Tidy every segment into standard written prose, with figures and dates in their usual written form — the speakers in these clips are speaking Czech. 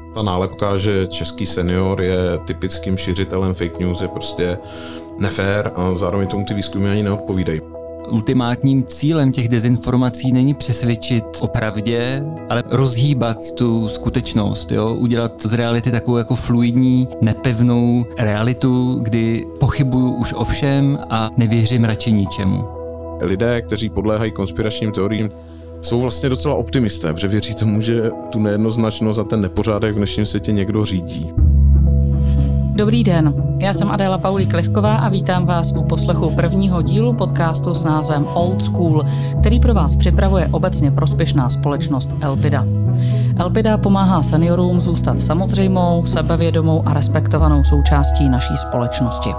Ta nálepka, že český senior je typickým šiřitelem fake news, je prostě nefér a zároveň tomu ty výzkumy ani neodpovídají. Ultimátním cílem těch dezinformací není přesvědčit o pravdě, ale rozhýbat tu skutečnost, jo? Udělat z reality takovou jako fluidní, nepevnou realitu, kdy pochybuju už o všem a nevěřím radši ničemu. Lidé, kteří podléhají konspiračním teoriím, jsou vlastně docela optimisté, protože věří tomu, že tu nejednoznačnost a ten nepořádek v dnešním světě někdo řídí. Dobrý den, já jsem Adéla Paulík-Lichková a vítám vás u poslechu prvního dílu podcastu s názvem Old School, který pro vás připravuje obecně prospěšná společnost Elpida. Elpida pomáhá seniorům zůstat samozřejmou, sebevědomou a respektovanou součástí naší společnosti.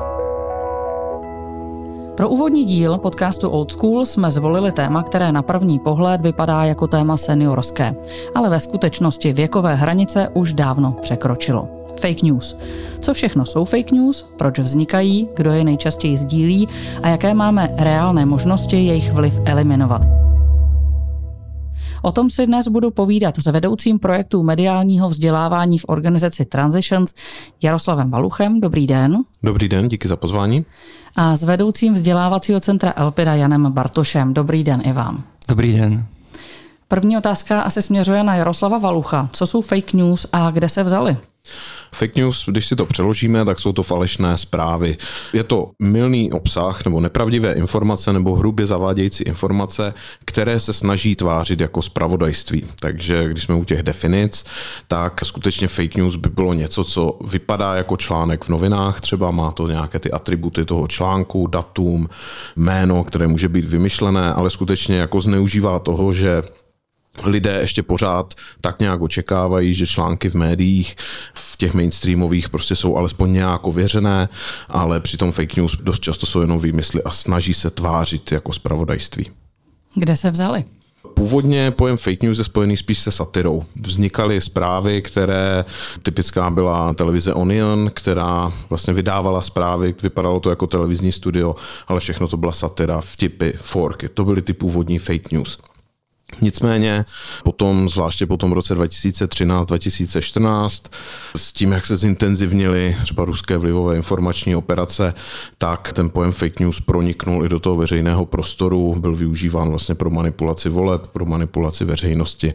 Pro úvodní díl podcastu Old School jsme zvolili téma, které na první pohled vypadá jako téma seniorské, ale ve skutečnosti věkové hranice už dávno překročilo. Fake news. Co všechno jsou fake news, proč vznikají, kdo je nejčastěji sdílí a jaké máme reálné možnosti jejich vliv eliminovat. O tom si dnes budu povídat s vedoucím projektu mediálního vzdělávání v organizaci Transitions Jaroslavem Valuchem. Dobrý den. Dobrý den, díky za pozvání. A s vedoucím vzdělávacího centra Elpida Janem Bartošem. Dobrý den i vám. Dobrý den. První otázka asi směřuje na Jaroslava Valucha. Co jsou fake news a kde se vzaly? Fake news, když si to přeložíme, tak jsou to falešné zprávy. Je to mylný obsah nebo nepravdivé informace nebo hrubě zavádějící informace, které se snaží tvářit jako zpravodajství. Takže když jsme u těch definic, tak skutečně fake news by bylo něco, co vypadá jako článek v novinách, třeba má to nějaké ty atributy toho článku, datum, jméno, které může být vymyšlené, ale skutečně jako zneužívá toho, že lidé ještě pořád tak nějak očekávají, že články v médiích, v těch mainstreamových prostě jsou alespoň nějak ověřené, ale přitom fake news dost často jsou jenom výmysly a snaží se tvářit jako zpravodajství. Kde se vzaly? Původně pojem fake news je spojený spíš se satirou. Vznikaly zprávy, které typická byla televize Onion, která vlastně vydávala zprávy, vypadalo to jako televizní studio, ale všechno to byla satira, vtipy, forky. To byly ty původní fake news. Nicméně potom, zvláště po tom roce 2013-2014, s tím, jak se zintenzivnily třeba ruské vlivové informační operace, tak ten pojem fake news proniknul i do toho veřejného prostoru, byl využíván vlastně pro manipulaci voleb, pro manipulaci veřejnosti.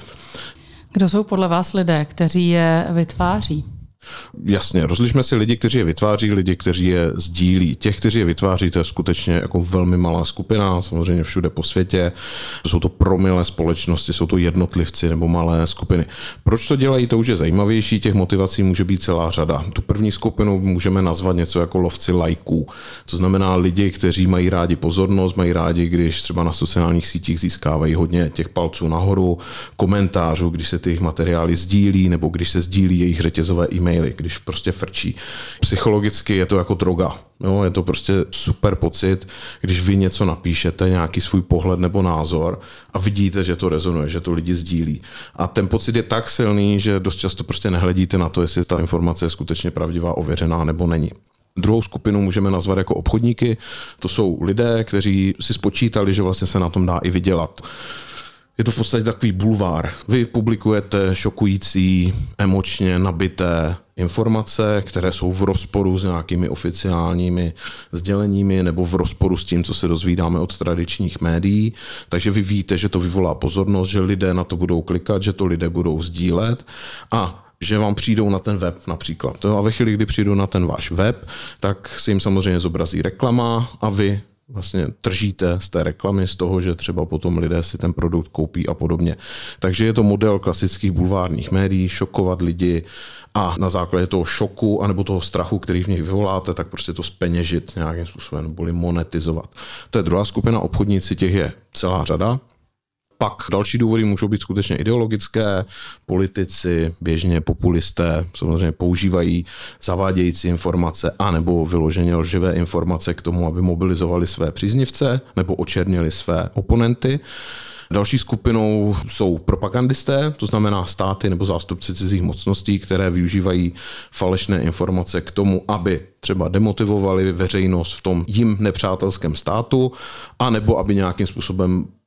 Kdo jsou podle vás lidé, kteří je vytváří? Jasně, rozlišme si lidi, kteří je vytváří, lidi, kteří je sdílí. Těch, kteří je vytváří, to je skutečně jako velmi malá skupina, samozřejmě všude po světě. Jsou to promile společnosti, jsou to jednotlivci nebo malé skupiny. Proč to dělají, to už je zajímavější, těch motivací může být celá řada. Tu první skupinu můžeme nazvat něco jako lovci lajků. To znamená lidi, kteří mají rádi pozornost, mají rádi, když třeba na sociálních sítích získávají hodně těch palců nahoru, komentářů, když se ty jejich materiály sdílí nebo když se sdílí jejich řetězové e-maily, když prostě frčí. Psychologicky je to jako droga. Jo? Je to prostě super pocit, když vy něco napíšete, nějaký svůj pohled nebo názor a vidíte, že to rezonuje, že to lidi sdílí. A ten pocit je tak silný, že dost často prostě nehledíte na to, jestli ta informace je skutečně pravdivá, ověřená nebo není. Druhou skupinu můžeme nazvat jako obchodníky. To jsou lidé, kteří si spočítali, že vlastně se na tom dá i vydělat. Je to v podstatě takový bulvár. Vy publikujete šokující, emočně nabité informace, které jsou v rozporu s nějakými oficiálními sděleními nebo v rozporu s tím, co se dozvídáme od tradičních médií. Takže vy víte, že to vyvolá pozornost, že lidé na to budou klikat, že to lidé budou sdílet a že vám přijdou na ten web například. A ve chvíli, kdy přijdou na ten váš web, tak se jim samozřejmě zobrazí reklama a vy vlastně tržíte z té reklamy, z toho, že třeba potom lidé si ten produkt koupí a podobně. Takže je to model klasických bulvárních médií, šokovat lidi a na základě toho šoku anebo toho strachu, který v nich vyvoláte, tak prostě to zpeněžit nějakým způsobem, neboli monetizovat. To je druhá skupina, obchodníci, těch je celá řada. Pak další důvody můžou být skutečně ideologické. Politici, běžně populisté samozřejmě používají zavádějící informace anebo vyloženě lživé informace k tomu, aby mobilizovali své příznivce nebo očernili své oponenty. Další skupinou jsou propagandisté, to znamená státy nebo zástupci cizích mocností, které využívají falešné informace k tomu, aby třeba demotivovali veřejnost v tom jim nepřátelském státu, anebo aby nějakým způsobem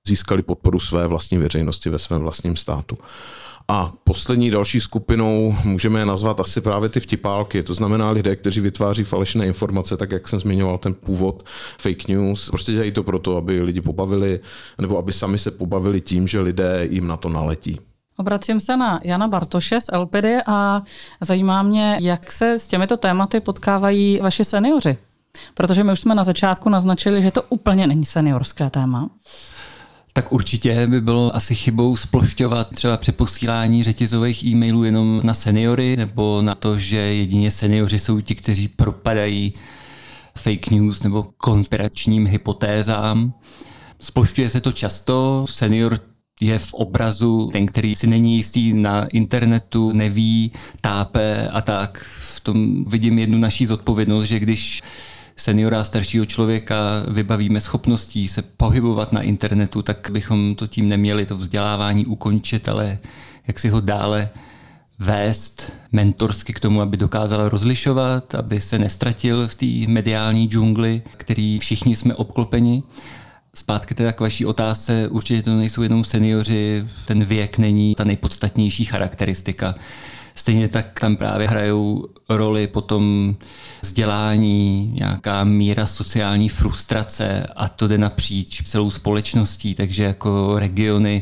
získali podporu své vlastní veřejnosti ve svém vlastním státu. A poslední další skupinou můžeme je nazvat asi právě ty vtipálky, to znamená lidé, kteří vytváří falešné informace, tak jak jsem zmiňoval ten původ fake news. Prostě dělají to proto, aby lidi pobavili, nebo aby sami se pobavili tím, že lidé jim na to naletí. Obracím se na Jana Bartoše z Elpidy a zajímá mě, jak se s těmito tématy potkávají vaši seniori. Protože my už jsme na začátku naznačili, že to úplně není seniorské téma. Tak určitě by bylo asi chybou splošťovat třeba přeposílání řetězových e-mailů jenom na seniory, nebo na to, že jedině seniori jsou ti, kteří propadají fake news nebo konspiračním hypotézám. Splošťuje se to často, senior je v obrazu ten, který si není jistý na internetu, neví, tápe a tak. V tom vidím jednu naší zodpovědnost, že když seniora staršího člověka vybavíme schopností se pohybovat na internetu, tak bychom to tím neměli to vzdělávání ukončit, ale jak si ho dále vést mentorsky k tomu, aby dokázal rozlišovat, aby se nestratil v té mediální džungli, který všichni jsme obklopeni. Zpátky teda k vaší otázce, určitě to nejsou jenom seniori, ten věk není ta nejpodstatnější charakteristika. Stejně tak tam právě hrajou roli potom vzdělání, nějaká míra sociální frustrace a to jde napříč celou společností, takže jako regiony,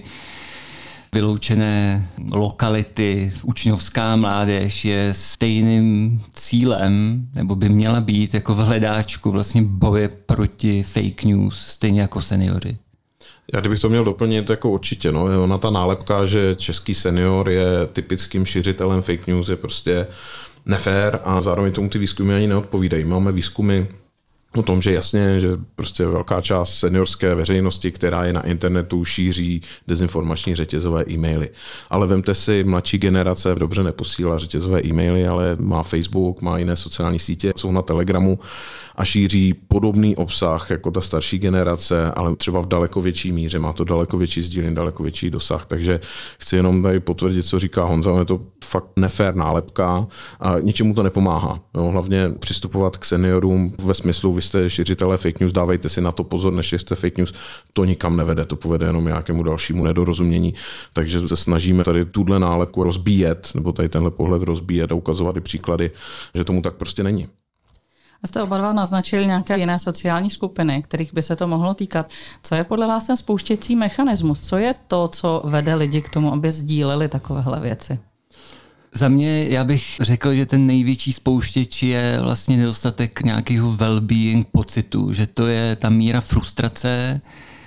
vyloučené lokality, učňovská mládež je stejným cílem, nebo by měla být jako v hledáčku vlastně boje proti fake news, stejně jako seniori. Já kdybych to měl doplnit, jako určitě, no, ona ta nálepka, že český senior je typickým šiřitelem fake news, je prostě nefér a zároveň tomu ty výzkumy ani neodpovídají. Máme výzkumy o tom, že jasně, že prostě velká část seniorské veřejnosti, která je na internetu, šíří dezinformační řetězové e-maily. Ale vemte si, mladší generace dobře neposílá řetězové e-maily, ale má Facebook, má jiné sociální sítě, jsou na Telegramu a šíří podobný obsah jako ta starší generace, ale třeba v daleko větší míře, má to daleko větší sdílení, daleko větší dosah. Takže chci jenom tady potvrdit, co říká Honza, je to fakt nefér nálepka a ničemu to nepomáhá. No, hlavně přistupovat k seniorům ve smyslu, vy jste šiřitelé fake news, dávejte si na to pozor, nešiřte fake news, to nikam nevede, to povede jenom nějakému dalšímu nedorozumění. Takže se snažíme tady tuhle nálepku rozbíjet, nebo tady tenhle pohled rozbíjet a ukazovat i příklady, že tomu tak prostě není. A jste oba dva naznačili nějaké jiné sociální skupiny, kterých by se to mohlo týkat. Co je podle vás ten spouštěcí mechanismus? Co je to, co vede lidi k tomu, aby sdíleli takovéhle věci? Za mě, já bych řekl, že ten největší spouštěč je vlastně nedostatek nějakého well-being pocitu, že to je ta míra frustrace,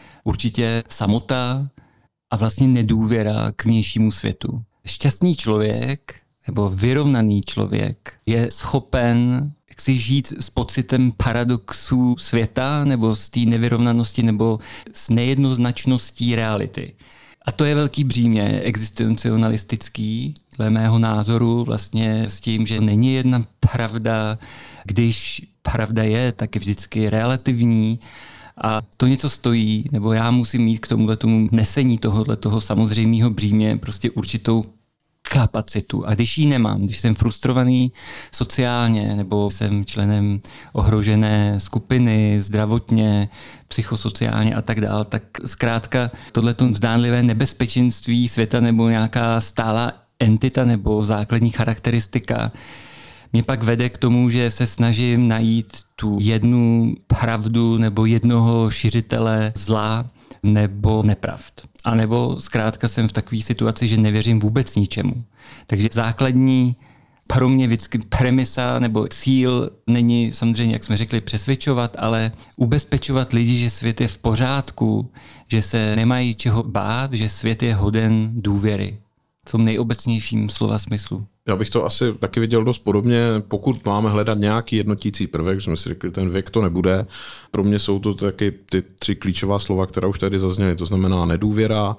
určitě samota a vlastně nedůvěra k vnějšímu světu. Šťastný člověk nebo vyrovnaný člověk je schopen si žít s pocitem paradoxů světa nebo z té nevyrovnanosti nebo s nejednoznačností reality. A to je velký břímě existencionalistický, dle mého názoru, vlastně s tím, že není jedna pravda, když pravda je, tak je vždycky relativní a to něco stojí, nebo já musím mít k tomu nesení toho samozřejmého břímě prostě určitou kapacitu. A když ji nemám, když jsem frustrovaný sociálně, nebo jsem členem ohrožené skupiny, zdravotně, psychosociálně a tak dál, tak zkrátka tohleto zdánlivé nebezpečenství světa nebo nějaká stálá entita nebo základní charakteristika mě pak vede k tomu, že se snažím najít tu jednu pravdu nebo jednoho šiřitele zla nebo nepravd. A nebo zkrátka jsem v takové situaci, že nevěřím vůbec ničemu. Takže základní pro mě vždycky premisa nebo cíl není samozřejmě, jak jsme řekli, přesvědčovat, ale ubezpečovat lidi, že svět je v pořádku, že se nemají čeho bát, že svět je hoden důvěry. V tom nejobecnějším slova smyslu. Já bych to asi taky viděl dost podobně, pokud máme hledat nějaký jednotící prvek, že jsme si řekli, ten věk to nebude. Pro mě jsou to taky ty 3 klíčová slova, která už tady zazněly, to znamená nedůvěra,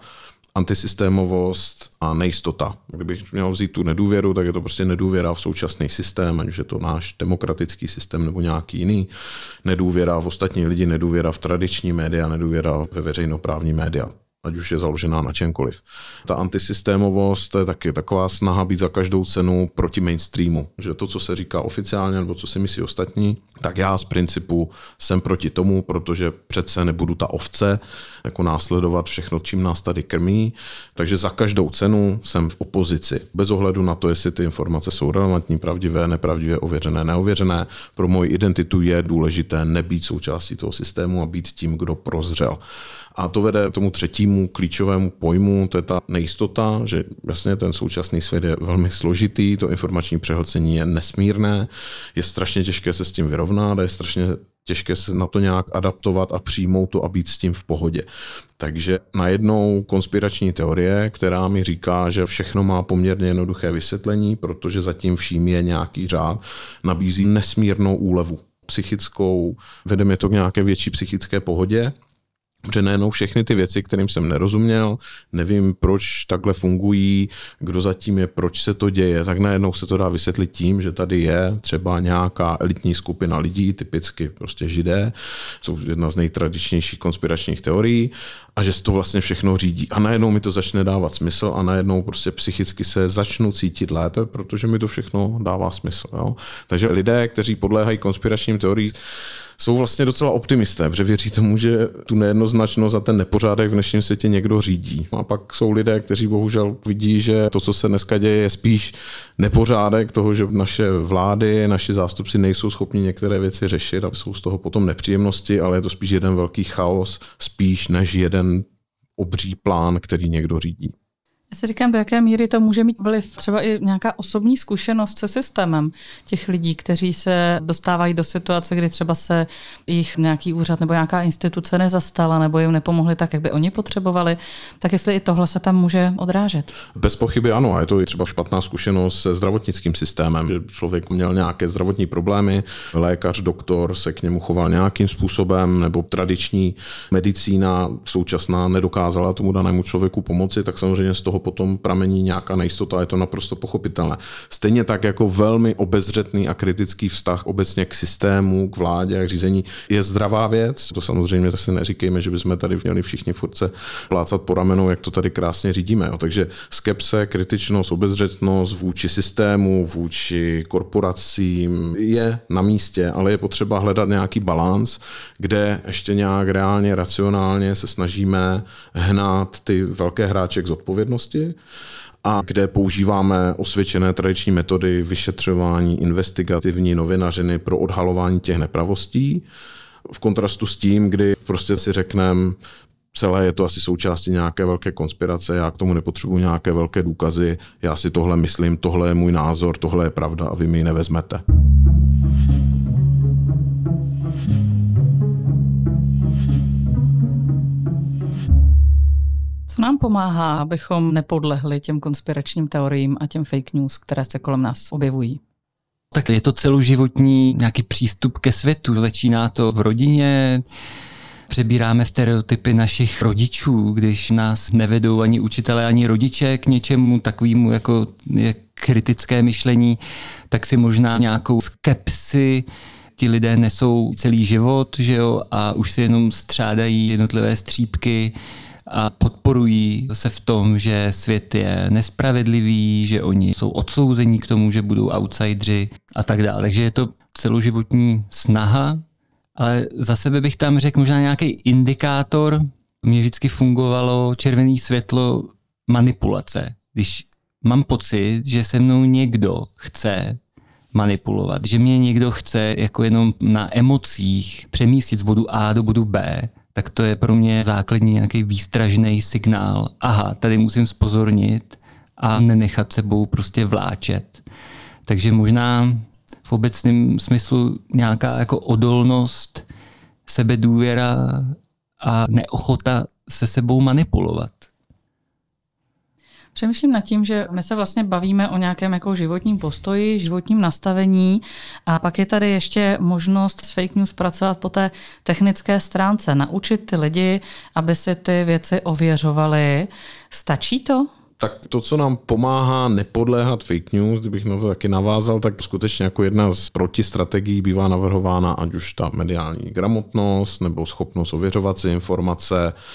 antisystémovost a nejistota. Kdybych měl vzít tu nedůvěru, tak je to prostě nedůvěra v současný systém, ať už je to náš demokratický systém nebo nějaký jiný. Nedůvěra v ostatní lidi, nedůvěra v tradiční média, nedůvěra ve veřejnoprávní média. ať už je založená na čemkoliv. Ta antisystémovost, to je taky taková snaha být za každou cenu proti mainstreamu. Že to, co se říká oficiálně, nebo co si myslí ostatní, tak já z principu jsem proti tomu, protože přece nebudu ta ovce, jako následovat všechno, čím nás tady krmí. Takže za každou cenu jsem v opozici. Bez ohledu na to, jestli ty informace jsou relevantní, pravdivé, nepravdivé, ověřené, neověřené. Pro moji identitu je důležité nebýt součástí toho systému a být tím, kdo prozřel. A to vede k tomu třetímu klíčovému pojmu, to je ta nejistota, že jasně ten současný svět je velmi složitý, to informační přehlcení je nesmírné, je strašně těžké se s tím vyrovnat, je strašně těžké se na to nějak adaptovat a přijmout to a být s tím v pohodě. Takže najednou konspirační teorie, která mi říká, že všechno má poměrně jednoduché vysvětlení, protože zatím vším je nějaký řád, nabízí nesmírnou úlevu psychickou, vede mě to k nějaké větší psychické pohodě, protože najednou všechny ty věci, kterým jsem nerozuměl, nevím, proč takhle fungují, kdo zatím je, proč se to děje, tak najednou se to dá vysvětlit tím, že tady je třeba nějaká elitní skupina lidí, typicky prostě Židé, jsou jedna z nejtradičnějších konspiračních teorií, a že se to vlastně všechno řídí. A najednou mi to začne dávat smysl a najednou prostě psychicky se začnu cítit lépe, protože mi to všechno dává smysl. Jo? Takže lidé, kteří podléhají konspiračním teoriím, jsou vlastně docela optimisté, protože věří tomu, že tu nejednoznačnost a ten nepořádek v dnešním světě někdo řídí. A pak jsou lidé, kteří bohužel vidí, že to, co se dneska děje, je spíš nepořádek toho, že naše vlády, naši zástupci nejsou schopni některé věci řešit a jsou z toho potom nepříjemnosti, ale je to spíš jeden velký chaos, spíš než jeden obří plán, který někdo řídí. Já si říkám, do jaké míry to může mít vliv třeba i nějaká osobní zkušenost se systémem těch lidí, kteří se dostávají do situace, kdy třeba se jich nějaký úřad nebo nějaká instituce nezastala nebo jim nepomohli tak, jak by oni potřebovali, tak jestli i tohle se tam může odrážet. Bez pochyby ano, a je to i třeba špatná zkušenost se zdravotnickým systémem, že člověk měl nějaké zdravotní problémy, lékař, doktor se k němu choval nějakým způsobem, nebo tradiční medicína současná nedokázala tomu danému člověku pomoci, tak samozřejmě z toho potom pramení nějaká nejistota a je to naprosto pochopitelné. Stejně tak jako velmi obezřetný a kritický vztah obecně k systému, k vládě a k řízení je zdravá věc. To samozřejmě zase neříkejme, že bychom tady měli všichni furt se plácat po ramenou, jak to tady krásně řídíme. Takže skepse, kritičnost, obezřetnost vůči systému, vůči korporacím je na místě, ale je potřeba hledat nějaký balans, kde ještě nějak reálně, racionálně se snažíme hnát ty velké hráče k zodpovědnosti a kde používáme osvědčené tradiční metody vyšetřování, investigativní novinařiny pro odhalování těch nepravostí. V kontrastu s tím, kdy prostě si řekneme, celé je to asi součástí nějaké velké konspirace, já k tomu nepotřebuji nějaké velké důkazy, já si tohle myslím, tohle je můj názor, tohle je pravda a vy mi ji nevezmete. Co nám pomáhá, abychom nepodlehli těm konspiračním teoriím a těm fake news, které se kolem nás objevují? Tak je to celoživotní nějaký přístup ke světu. Začíná to v rodině, přebíráme stereotypy našich rodičů, když nás nevedou ani učitelé, ani rodiče k něčemu takovému, jako je kritické myšlení, tak si možná nějakou skepsi ti lidé nesou celý život, že jo, a už si jenom střádají jednotlivé střípky a podporují se v tom, že svět je nespravedlivý, že oni jsou odsouzení k tomu, že budou outsidři a tak dále. Takže je to celoživotní snaha, ale za sebe bych tam řekl možná nějaký indikátor. Mně vždycky fungovalo červené světlo manipulace. Když mám pocit, že se mnou někdo chce manipulovat, že mě někdo chce jako jenom na emocích přemístit z bodu A do bodu B, tak to je pro mě základní nějaký výstražný signál. Aha, tady musím zpozornit a nenechat sebou prostě vláčet. Takže možná v obecném smyslu nějaká jako odolnost, sebedůvěra a neochota se sebou manipulovat. Přemýšlím nad tím, že my se vlastně bavíme o nějakém jako životním postoji, životním nastavení a pak je tady ještě možnost s fake news pracovat po té technické stránce, naučit ty lidi, aby si ty věci ověřovali. Stačí to? Tak to, co nám pomáhá nepodléhat fake news, kdybych na to taky navázal, tak skutečně jako jedna z protistrategií bývá navrhována ať už ta mediální gramotnost nebo schopnost ověřovat si informace,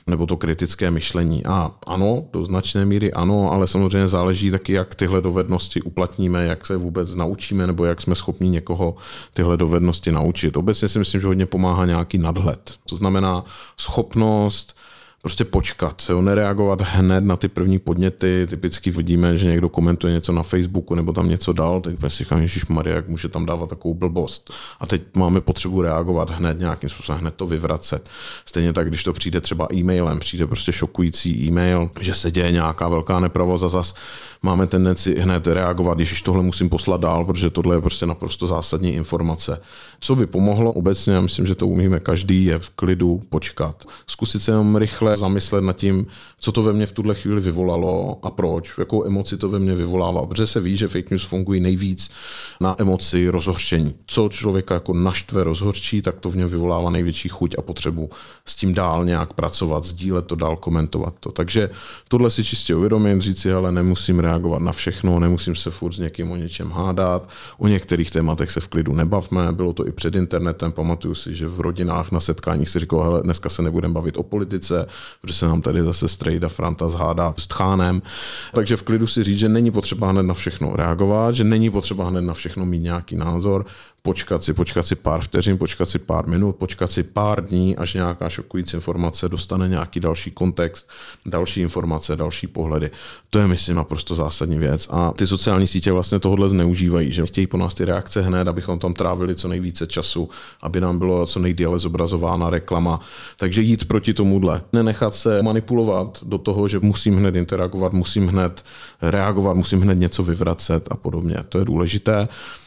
nebo to kritické myšlení. A ano, do značné míry ano, ale samozřejmě záleží taky, jak tyhle dovednosti uplatníme, jak se vůbec naučíme, nebo jak jsme schopni někoho tyhle dovednosti naučit. Obecně si myslím, že hodně pomáhá nějaký nadhled. To znamená schopnost prostě počkat, nereagovat hned na ty první podněty. Typicky vidíme, že někdo komentuje něco na Facebooku nebo tam něco dal, teď si říkám, ježišmarja, jak může tam dávat takovou blbost. A teď máme potřebu reagovat hned nějakým způsobem, hned to vyvracet. Stejně tak, když to přijde třeba e-mailem, přijde prostě šokující e-mail, že se děje nějaká velká nepravost a zas máme tendenci hned reagovat, když tohle musím poslat dál, protože tohle je prostě naprosto zásadní informace. Co by pomohlo obecně, já myslím, že to umíme každý, je v klidu počkat. Zkusit se jenom rychle zamyslet nad tím, co to ve mně v tuhle chvíli vyvolalo a proč, jakou emoci to ve mně vyvolává. Protože se ví, že fake news fungují nejvíc na emoci rozhořčení. Co člověka jako naštve, rozhořčí, tak to v něm vyvolává největší chuť a potřebu s tím dál nějak pracovat, sdílet to dál, komentovat to. Takže tohle si čistě uvědomím, říct si, ale nemusím reagovat na všechno, nemusím se furt s někým o něčem hádat, o některých tématech se v klidu nebavme, bylo to i před internetem, pamatuju si, že v rodinách na setkáních si říkal, hele, dneska se nebudeme bavit o politice, protože se nám tady zase Strejda Franta zhádá s Tchánem. Takže v klidu si říct, že není potřeba hned na všechno reagovat, že není potřeba hned na všechno mít nějaký názor, počkat si pár vteřin, počkat si pár minut, počkat si pár dní, až nějaká šokující informace dostane nějaký další kontext, další informace, další pohledy. To je, myslím, naprosto zásadní věc. A ty sociální sítě vlastně tohle zneužívají, že chtějí po nás ty reakce hned, abychom tam trávili co nejvíce času, aby nám bylo co nejdéle zobrazována reklama. Takže jít proti tomuhle. Nenechat se manipulovat do toho, že musím hned interagovat, musím hned reagovat, musím hned něco vyvracet a podobně. To je důležité.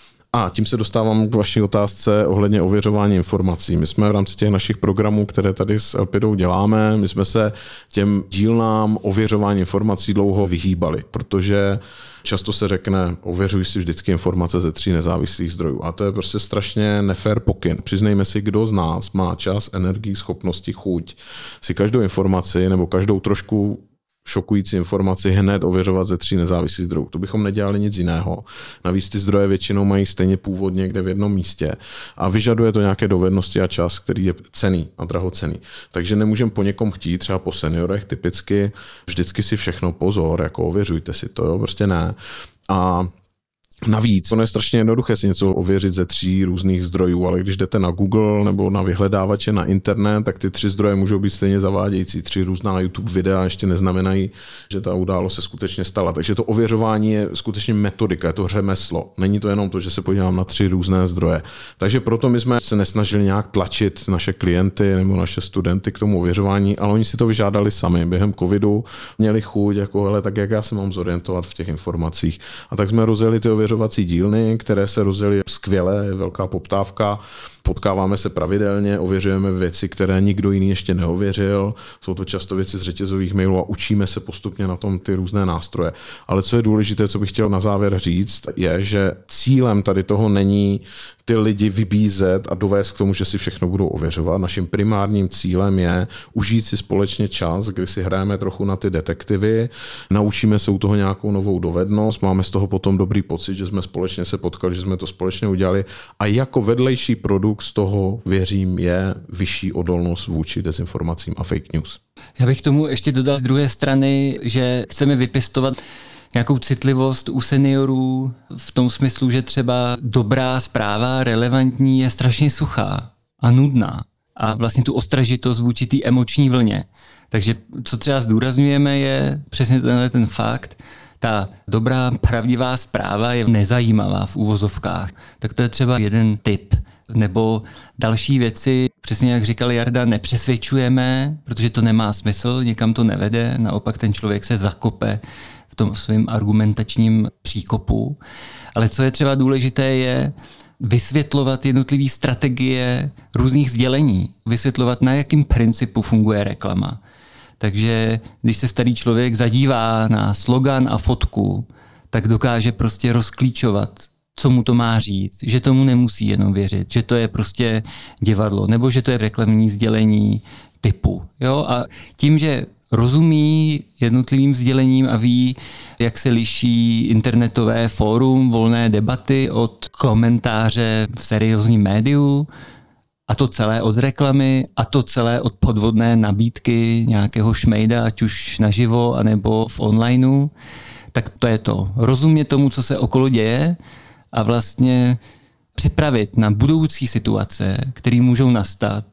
A tím se dostávám k vaší otázce ohledně ověřování informací. My jsme v rámci těch našich programů, které tady s Elpidou děláme, my jsme se těm dílnám ověřování informací dlouho vyhýbali, protože často se řekne, ověřuj si vždycky informace ze 3 nezávislých zdrojů. A to je prostě strašně nefér pokyn. Přiznejme si, kdo z nás má čas, energii, schopnosti, chuť si každou informaci nebo každou trošku šokující informaci hned ověřovat ze 3 nezávislých zdrojů. To bychom nedělali nic jiného. Navíc ty zdroje většinou mají stejně původ někde v jednom místě a vyžaduje to nějaké dovednosti a čas, který je cenný a drahocenný. Takže nemůžeme po někom chtít, třeba po seniorech typicky, vždycky si všechno pozor, jako ověřujte si to, jo? Prostě ne. A navíc, ono je strašně jednoduché si něco ověřit ze 3 různých zdrojů, ale když jdete na Google nebo na vyhledávače na internet, tak ty 3 zdroje můžou být stejně zavádějící. 3 různá YouTube videa ještě neznamenají, že ta událost se skutečně stala. Takže to ověřování je skutečně metodika, je to řemeslo. Není to jenom to, že se podívám na 3 různé zdroje. Takže proto my jsme se nesnažili nějak tlačit naše klienty nebo naše studenty k tomu ověřování, ale oni si to vyžádali sami. Během covidu měli chuť, jako hele, tak jak já se mám zorientovat v těch informacích. A tak jsme rozjeli ty ověřovací dílny, které se rozjeli skvěle, je velká poptávka. Potkáváme se pravidelně, ověřujeme věci, které nikdo jiný ještě neověřil. Jsou to často věci z řetězových mailů a učíme se postupně na tom ty různé nástroje. Ale co je důležité, co bych chtěl na závěr říct, je, že cílem tady toho není ty lidi vybízet a dovést k tomu, že si všechno budou ověřovat. Naším primárním cílem je užít si společně čas, kdy si hrajeme trochu na ty detektivy, naučíme se u toho nějakou novou dovednost, máme z toho potom dobrý pocit, že jsme společně se potkali, že jsme to společně udělali a jako vedlejší produkt z toho, věřím, je vyšší odolnost vůči dezinformacím a fake news. Já bych tomu ještě dodal z druhé strany, že chceme vypěstovat nějakou citlivost u seniorů v tom smyslu, že třeba dobrá zpráva, relevantní, je strašně suchá a nudná a vlastně tu ostražitost vůči té emoční vlně. Takže co třeba zdůrazňujeme je přesně ten fakt, ta dobrá, pravdivá zpráva je nezajímavá v uvozovkách. Tak to je třeba jeden tip. Nebo další věci, přesně jak říkal Jarda, nepřesvědčujeme, protože to nemá smysl, někam to nevede, naopak ten člověk se zakope v tom svém argumentačním příkopu. Ale co je třeba důležité, je vysvětlovat jednotlivé strategie různých sdělení, vysvětlovat, na jakém principu funguje reklama. Takže když se starý člověk zadívá na slogan a fotku, tak dokáže prostě rozklíčovat, co mu to má říct, že tomu nemusí jenom věřit, že to je prostě divadlo, nebo že to je reklamní sdělení typu. Jo? A tím, že rozumí jednotlivým sdělením a ví, jak se liší internetové fórum volné debaty od komentáře v seriózním médiu, A to celé od reklamy, a to celé od podvodné nabídky nějakého šmejda, ať už naživo, anebo v onlineu. Tak to je to. Rozumět tomu, co se okolo děje a vlastně připravit na budoucí situace, které můžou nastat.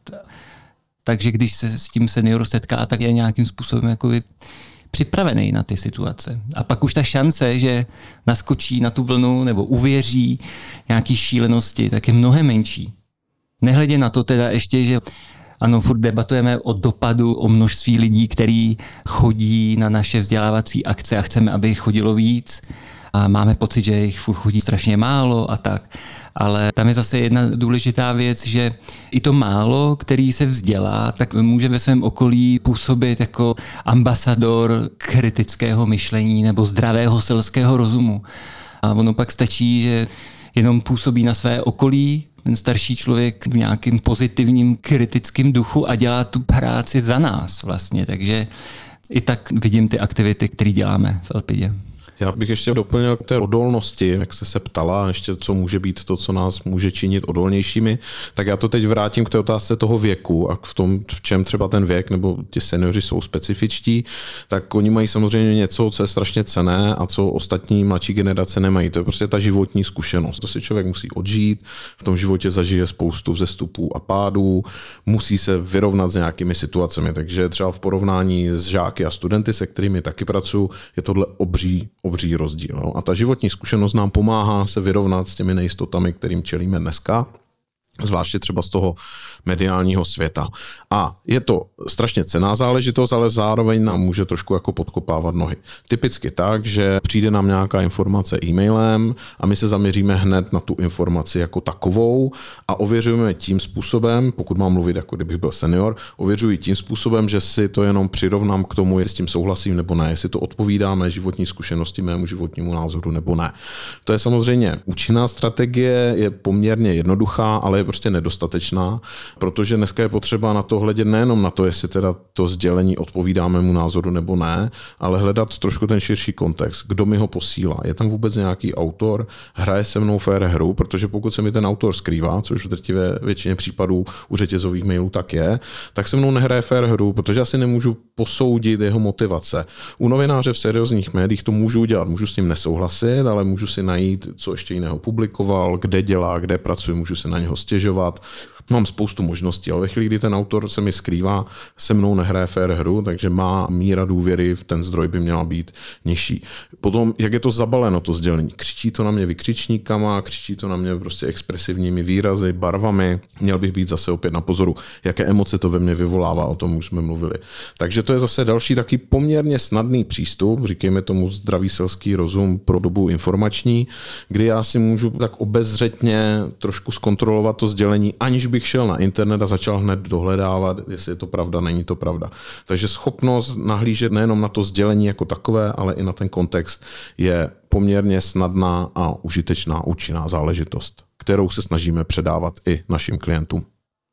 Takže když se s tím senior setká, tak je nějakým způsobem jakoby připravený na ty situace. A pak už ta šance, že naskočí na tu vlnu nebo uvěří nějaký šílenosti, tak je mnohem menší. Nehledě na to teda ještě, že ano, furt debatujeme o dopadu, o množství lidí, který chodí na naše vzdělávací akce a chceme, aby jich chodilo víc. A máme pocit, že jich furt chodí strašně málo a tak. Ale tam je zase jedna důležitá věc, že i to málo, který se vzdělá, tak může ve svém okolí působit jako ambasador kritického myšlení nebo zdravého selského rozumu. A ono pak stačí, že jenom působí na své okolí, ten starší člověk v nějakým pozitivním kritickém duchu a dělá tu práci za nás vlastně. Takže i tak vidím ty aktivity, které děláme v Elpidě. Já bych ještě doplnil k té odolnosti, jak jste se ptala, ještě co může být to, co nás může činit odolnějšími, tak já to teď vrátím k té otázce toho věku a v tom, v čem třeba ten věk nebo ti seniori jsou specifičtí, tak oni mají samozřejmě něco, co je strašně cenné a co ostatní mladší generace nemají. To je prostě ta životní zkušenost. To si člověk musí odžít, v tom životě zažije spoustu vzestupů a pádů, musí se vyrovnat s nějakými situacemi. Takže třeba v porovnání s žáky a studenty, se kterými taky pracuji, je tohle obří rozdíl. No. A ta životní zkušenost nám pomáhá se vyrovnat s těmi nejistotami, kterým čelíme dneska, zvláště třeba z toho mediálního světa. A je to strašně cenná záležitost, ale zároveň nám může trošku jako podkopávat nohy. Typicky tak, že přijde nám nějaká informace e-mailem a my se zaměříme hned na tu informaci jako takovou a ověřujeme tím způsobem, pokud mám mluvit, jako kdybych byl senior, ověřuji tím způsobem, že si to jenom přirovnám k tomu, jestli s tím souhlasím nebo ne, jestli to odpovídá mé životní zkušenosti, mému životnímu názoru nebo ne. To je samozřejmě účinná strategie, je poměrně jednoduchá, ale je prostě nedostatečná, protože dneska je potřeba na to hledět nejenom na to, jestli teda to sdělení odpovídá mému názoru nebo ne, ale hledat trošku ten širší kontext. Kdo mi ho posílá? Je tam vůbec nějaký autor? Hraje se mnou fair hru? Protože pokud se mi ten autor skrývá, což v drtivé většině případů u řetězových mailů tak je, tak se mnou nehraje fair hru, protože asi nemůžu posoudit jeho motivace. U novináře v seriózních médiích to můžu udělat, můžu s ním nesouhlasit, ale můžu si najít, co ještě jiného publikoval, kde dělá, kde pracuje, můžu se na něho stěžovat. Mám spoustu možností, ale ve chvíli, kdy ten autor se mi skrývá, se mnou nehraje fair hru, takže má míra důvěry v ten zdroj by měla být nižší. Potom, jak je to zabaleno, to sdělení. Křičí to na mě vykřičníkama, křičí to na mě prostě expresivními výrazy, barvami. Měl bych být zase opět na pozoru, jaké emoce to ve mně vyvolává, o tom už jsme mluvili. Takže to je zase další taky poměrně snadný přístup, říkejme tomu zdravý selský rozum pro dobu informační, kdy já si můžu tak obezřetně trošku zkontrolovat to sdělení, aniž bych šel na internet a začal hned dohledávat, jestli je to pravda, není to pravda. Takže schopnost nahlížet nejenom na to sdělení jako takové, ale i na ten kontext je poměrně snadná a užitečná, účinná záležitost, kterou se snažíme předávat i našim klientům.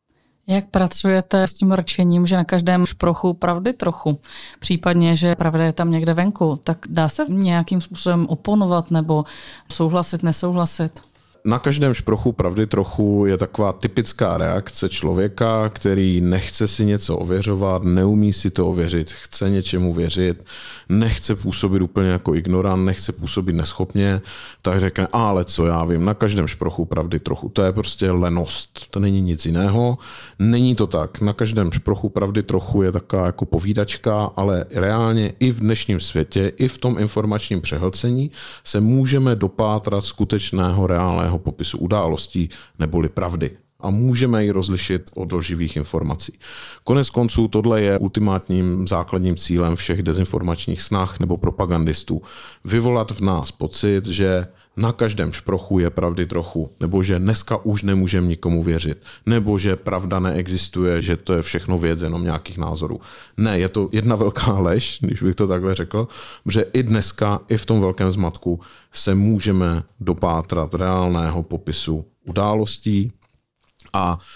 Jak pracujete s tím rčením, že na každém šprochu pravdy trochu, případně, že pravda je tam někde venku, tak dá se nějakým způsobem oponovat nebo souhlasit, nesouhlasit? Na každém šprochu pravdy trochu je taková typická reakce člověka, který nechce si něco ověřovat, neumí si to ověřit, chce něčemu věřit, nechce působit úplně jako ignorant, nechce působit neschopně, tak řekne, ale co já vím, na každém šprochu pravdy trochu. To je prostě lenost, to není nic jiného. Není to tak, na každém šprochu pravdy trochu je taková jako povídačka, ale reálně i v dnešním světě, i v tom informačním přehlcení se můžeme dopátrat skutečného reálného popisu událostí neboli pravdy. A můžeme ji rozlišit od lživých informací. Konec konců tohle je ultimátním základním cílem všech dezinformačních snah nebo propagandistů. Vyvolat v nás pocit, že na každém šprochu je pravdy trochu, nebo že dneska už nemůžeme nikomu věřit, nebo že pravda neexistuje, že to je všechno věc jenom nějakých názorů. Ne, je to jedna velká lež, když bych to takhle řekl, že i dneska, i v tom velkém zmatku se můžeme dopátrat reálného popisu událostí a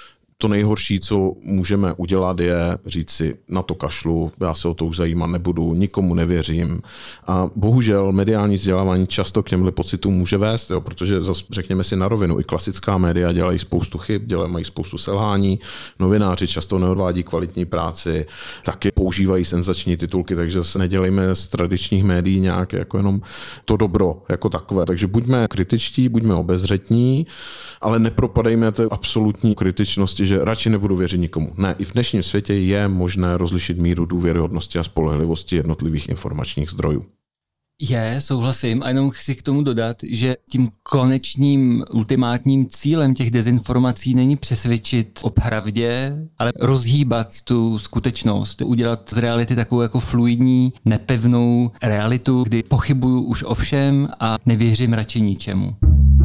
To nejhorší, co můžeme udělat, je říct si, na to kašlu, já se o to už zajímat nebudu, nikomu nevěřím. A bohužel mediální vzdělávání často k těmhle pocitům může vést, jo, protože zase řekněme si na rovinu, i klasická média dělají spoustu chyb, mají spoustu selhání, novináři často neodvádí kvalitní práci, taky používají senzační titulky, takže se nedělejme z tradičních médií nějak jako jenom to dobro jako takové. Takže buďme kritičtí, buďme obezřetní, ale nepropadejme té absolutní kritičnosti, že radši nebudu věřit nikomu. Ne, i v dnešním světě je možné rozlišit míru důvěryhodnosti a spolehlivosti jednotlivých informačních zdrojů. Souhlasím a jenom chci k tomu dodat, že tím konečným ultimátním cílem těch dezinformací není přesvědčit o pravdě, ale rozhýbat tu skutečnost, udělat z reality takovou jako fluidní, nepevnou realitu, kdy pochybuju už o všem a nevěřím radši ničemu.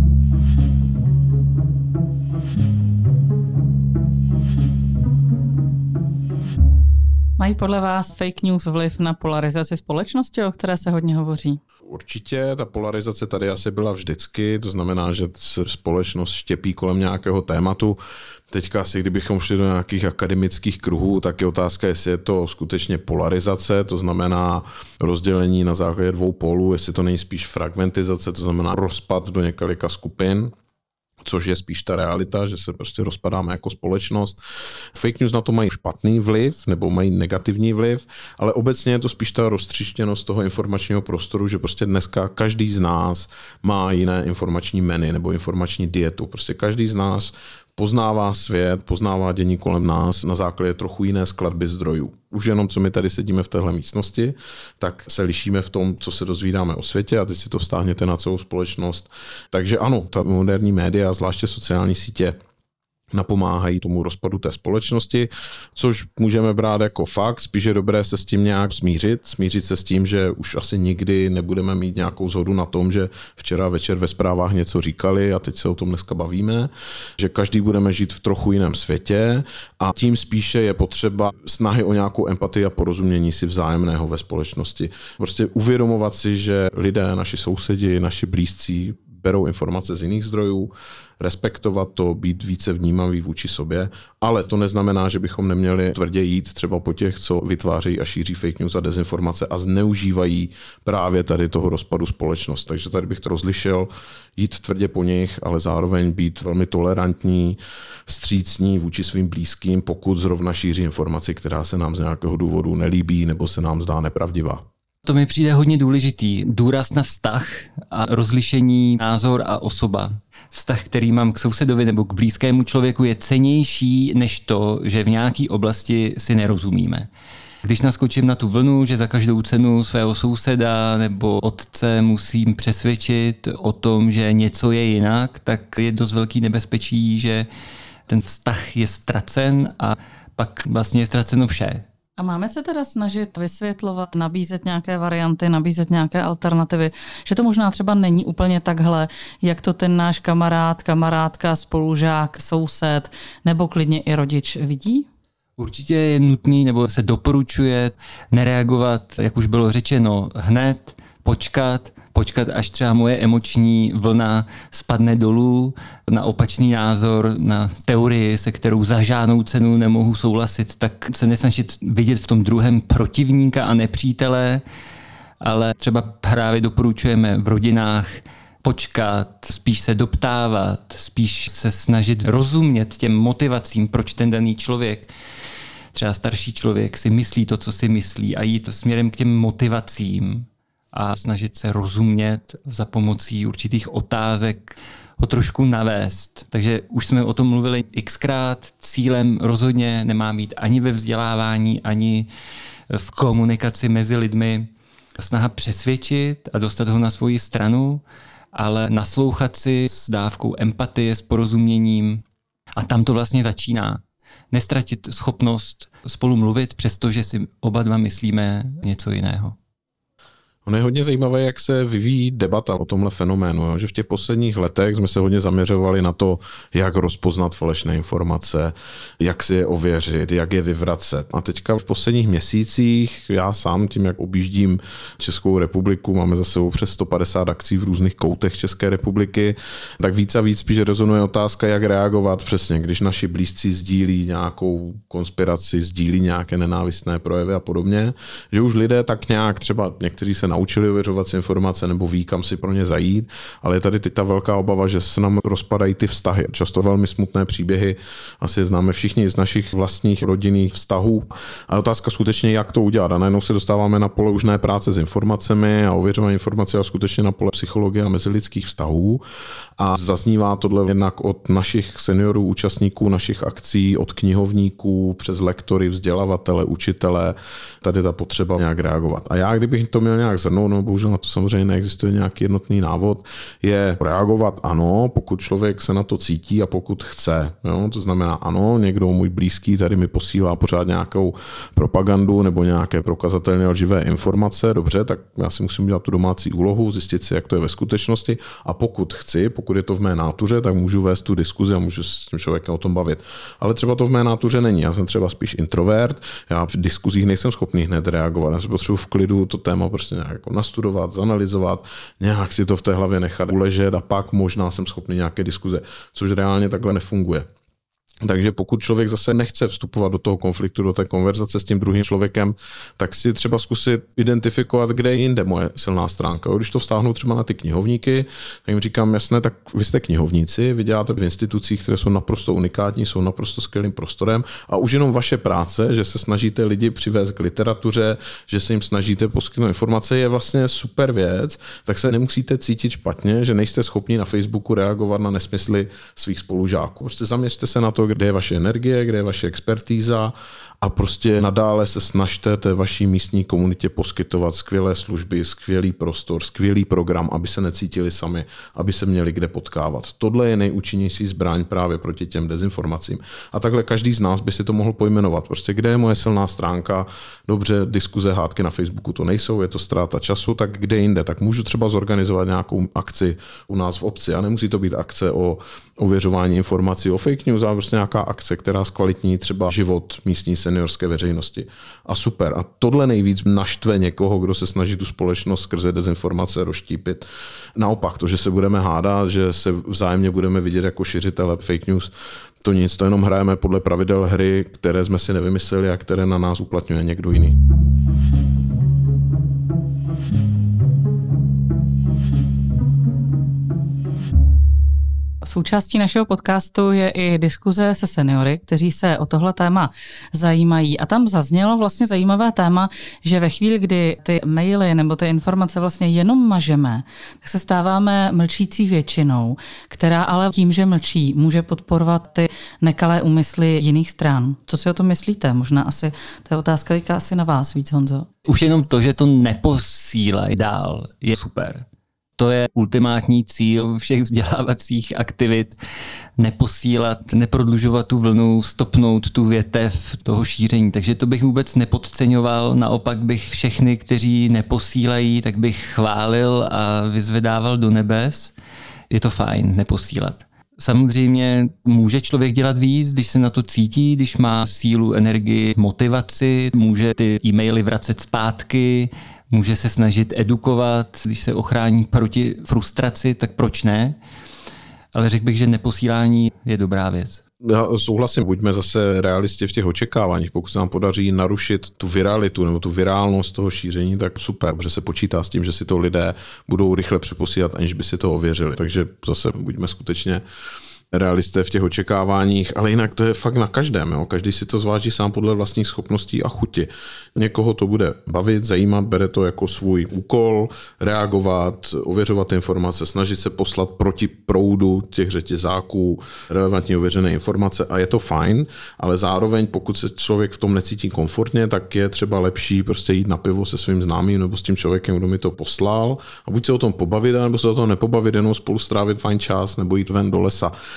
Mají podle vás fake news vliv na polarizaci společnosti, o které se hodně hovoří? Určitě, ta polarizace tady asi byla vždycky, to znamená, že se společnost štěpí kolem nějakého tématu. Teďka asi, kdybychom šli do nějakých akademických kruhů, tak je otázka, jestli je to skutečně polarizace, to znamená rozdělení na základě dvou pólů, jestli to není spíš fragmentizace, to znamená rozpad do několika skupin, což je spíš ta realita, že se prostě rozpadáme jako společnost. Fake news na to mají špatný vliv nebo mají negativní vliv, ale obecně je to spíš ta roztříštěnost toho informačního prostoru, že prostě dneska každý z nás má jiné informační menu nebo informační dietu. Prostě každý z nás poznává svět, poznává dění kolem nás na základě trochu jiné skladby zdrojů. Už jenom, co my tady sedíme v téhle místnosti, tak se lišíme v tom, co se dozvídáme o světě a teď si to vztáhněte na celou společnost. Takže ano, ta moderní média, zvláště sociální sítě, napomáhají tomu rozpadu té společnosti, což můžeme brát jako fakt, spíš je dobré se s tím nějak smířit se s tím, že už asi nikdy nebudeme mít nějakou shodu na tom, že včera večer ve zprávách něco říkali a teď se o tom dneska bavíme, že každý budeme žít v trochu jiném světě a tím spíše je potřeba snahy o nějakou empatii a porozumění si vzájemného ve společnosti. Prostě uvědomovat si, že lidé, naši sousedi, naši blízcí berou informace z jiných zdrojů, respektovat to, být více vnímavý vůči sobě, ale to neznamená, že bychom neměli tvrdě jít třeba po těch, co vytvářejí a šíří fake news a dezinformace a zneužívají právě tady toho rozpadu společnost. Takže tady bych to rozlišil, jít tvrdě po nich, ale zároveň být velmi tolerantní, vstřícní vůči svým blízkým, pokud zrovna šíří informaci, která se nám z nějakého důvodu nelíbí nebo se nám zdá nepravdivá. To mi přijde hodně důležitý. Důraz na vztah a rozlišení názor a osoba. Vztah, který mám k sousedovi nebo k blízkému člověku, je cennější než to, že v nějaké oblasti si nerozumíme. Když naskočím na tu vlnu, že za každou cenu svého souseda nebo otce musím přesvědčit o tom, že něco je jinak, tak je dost velký nebezpečí, že ten vztah je ztracen a pak vlastně je ztraceno vše. A máme se teda snažit vysvětlovat, nabízet nějaké varianty, nabízet nějaké alternativy, že to možná třeba není úplně takhle, jak to ten náš kamarád, kamarádka, spolužák, soused nebo klidně i rodič vidí? Určitě je nutný nebo se doporučuje nereagovat, jak už bylo řečeno, hned, počkat, až třeba moje emoční vlna spadne dolů na opačný názor, na teorii, se kterou za žádnou cenu nemohu souhlasit, tak se nesnažit vidět v tom druhém protivníka a nepřítele, ale třeba právě doporučujeme v rodinách počkat, spíš se doptávat, spíš se snažit rozumět těm motivacím, proč ten daný člověk, třeba starší člověk, si myslí to, co si myslí a jít směrem k těm motivacím a snažit se rozumět za pomocí určitých otázek, ho trošku navést. Takže už jsme o tom mluvili xkrát, cílem rozhodně nemá být ani ve vzdělávání, ani v komunikaci mezi lidmi snaha přesvědčit a dostat ho na svoji stranu, ale naslouchat si s dávkou empatie, s porozuměním a tam to vlastně začíná. Nestratit schopnost spolu mluvit, přestože si oba dva myslíme něco jiného. Ono je hodně zajímavé, jak se vyvíjí debata o tomhle fenoménu, jo? Že v těch posledních letech jsme se hodně zaměřovali na to, jak rozpoznat falešné informace, jak si je ověřit, jak je vyvracet. A teďka v posledních měsících, já sám tím, jak objíždím Českou republiku, máme za sebou přes 150 akcí v různých koutech České republiky, tak víc a víc spíš rezonuje otázka, jak reagovat přesně, když naši blízcí sdílí nějakou konspiraci, sdílí nějaké nenávistné projevy a podobně, že už lidé tak nějak třeba někteří se naučili ověřovat si informace nebo ví, kam si pro ně zajít, ale je tady teď ta velká obava, že se nám rozpadají ty vztahy. Často velmi smutné příběhy, asi známe všichni z našich vlastních rodinných vztahů. A otázka skutečně, jak to udělat. A najednou se dostáváme na pole už ne práce s informacemi a ověřování informací, ale skutečně na pole psychologie a mezilidských vztahů. A zaznívá tohle jednak od našich seniorů, účastníků našich akcí, od knihovníků přes lektory, vzdělavatele, učitele. Tady ta potřeba nějak reagovat. A já, kdybych to měl nějak zhrnout, no bohužel na to samozřejmě neexistuje nějaký jednotný návod, je reagovat ano, pokud člověk se na to cítí a pokud chce. Jo? To znamená ano, někdo můj blízký tady mi posílá pořád nějakou propagandu nebo nějaké prokazatelně lživé informace, dobře, tak já si musím dělat tu domácí úlohu, zjistit si, jak to je ve skutečnosti a pokud chci, pokud je to v mé nátuře, tak můžu vést tu diskuzi a můžu s tím člověkem o tom bavit. Ale třeba to v mé nátuře není, já jsem třeba spíš introvert, já v diskuzích nejsem schopný hned reagovat, já si potřebuji v klidu to téma prostě nějak jako nastudovat, zanalyzovat, nějak si to v té hlavě nechat uležet a pak možná jsem schopný nějaké diskuze, což reálně takhle nefunguje. Takže pokud člověk zase nechce vstupovat do toho konfliktu, do té konverzace s tím druhým člověkem, tak si třeba zkusit identifikovat, kde je jinde moje silná stránka. Když to vztáhnu třeba na ty knihovníky, tak jim říkám, jasné, tak vy jste knihovníci, vy děláte v institucích, které jsou naprosto unikátní, jsou naprosto skvělým prostorem a už jenom vaše práce, že se snažíte lidi přivést k literatuře, že se jim snažíte poskytnout informace, je vlastně super věc, tak se nemusíte cítit špatně, že nejste schopni na Facebooku reagovat na nesmysly svých spolužáků. Prostě zaměřte se na to, kde je vaše energie, kde je vaše expertíza a prostě nadále se snažte té vaší místní komunitě poskytovat skvělé služby, skvělý prostor, skvělý program, aby se necítili sami, aby se měli kde potkávat. Tohle je nejúčinnější zbraň právě proti těm dezinformacím. A takhle každý z nás by si to mohl pojmenovat. Prostě kde je moje silná stránka, dobře, diskuze, hádky na Facebooku to nejsou, je to ztráta času, tak kde jinde? Tak můžu třeba zorganizovat nějakou akci u nás v obci a nemusí to být akce o ověřování informací o fake news, ale prostě nějaká akce, která zkvalitní třeba život místní seniorské veřejnosti. A super. A tohle nejvíc naštve někoho, kdo se snaží tu společnost skrze dezinformace rozštípit. Naopak, to, že se budeme hádat, že se vzájemně budeme vidět jako šiřitele fake news, to nic, to jenom hrajeme podle pravidel hry, které jsme si nevymysleli a které na nás uplatňuje někdo jiný. Součástí našeho podcastu je i diskuze se seniory, kteří se o tohle téma zajímají. A tam zaznělo vlastně zajímavé téma, že ve chvíli, kdy ty maily nebo ty informace vlastně jenom mažeme, tak se stáváme mlčící většinou, která ale tím, že mlčí, může podporovat ty nekalé úmysly jiných stran. Co si o tom myslíte? Možná asi, to je otázka týká asi na vás víc, Honzo. Už jenom to, že to neposílají dál, je super. To je ultimátní cíl všech vzdělávacích aktivit. Neposílat, neprodlužovat tu vlnu, stopnout tu větev toho šíření. Takže to bych vůbec nepodceňoval. Naopak bych všechny, kteří neposílají, tak bych chválil a vyzvedával do nebes. Je to fajn neposílat. Samozřejmě může člověk dělat víc, když se na to cítí, když má sílu, energii, motivaci, může ty e-maily vracet zpátky, může se snažit edukovat, když se ochrání proti frustraci, tak proč ne? Ale řekl bych, že neposílání je dobrá věc. Já souhlasím, buďme zase realisti v těch očekáváních. Pokud se nám podaří narušit tu viralitu nebo tu virálnost toho šíření, tak super, protože se počítá s tím, že si to lidé budou rychle přeposílat, aniž by si to ověřili. Takže zase buďme skutečně realisté v těch očekáváních, ale jinak to je fakt na každém. Jo? Každý si to zváží sám podle vlastních schopností a chuti. Někoho to bude bavit, zajímat, bere to jako svůj úkol, reagovat, ověřovat informace, snažit se poslat proti proudu těch řetězáků relevantně ověřené informace a je to fajn, ale zároveň pokud se člověk v tom necítí komfortně, tak je třeba lepší prostě jít na pivo se svým známým nebo s tím člověkem, kdo mi to poslal a buď se o tom pobavit, nebo se o tom nepobavit, jenom spolu strávit fajn čas nebo jít ven do lesa.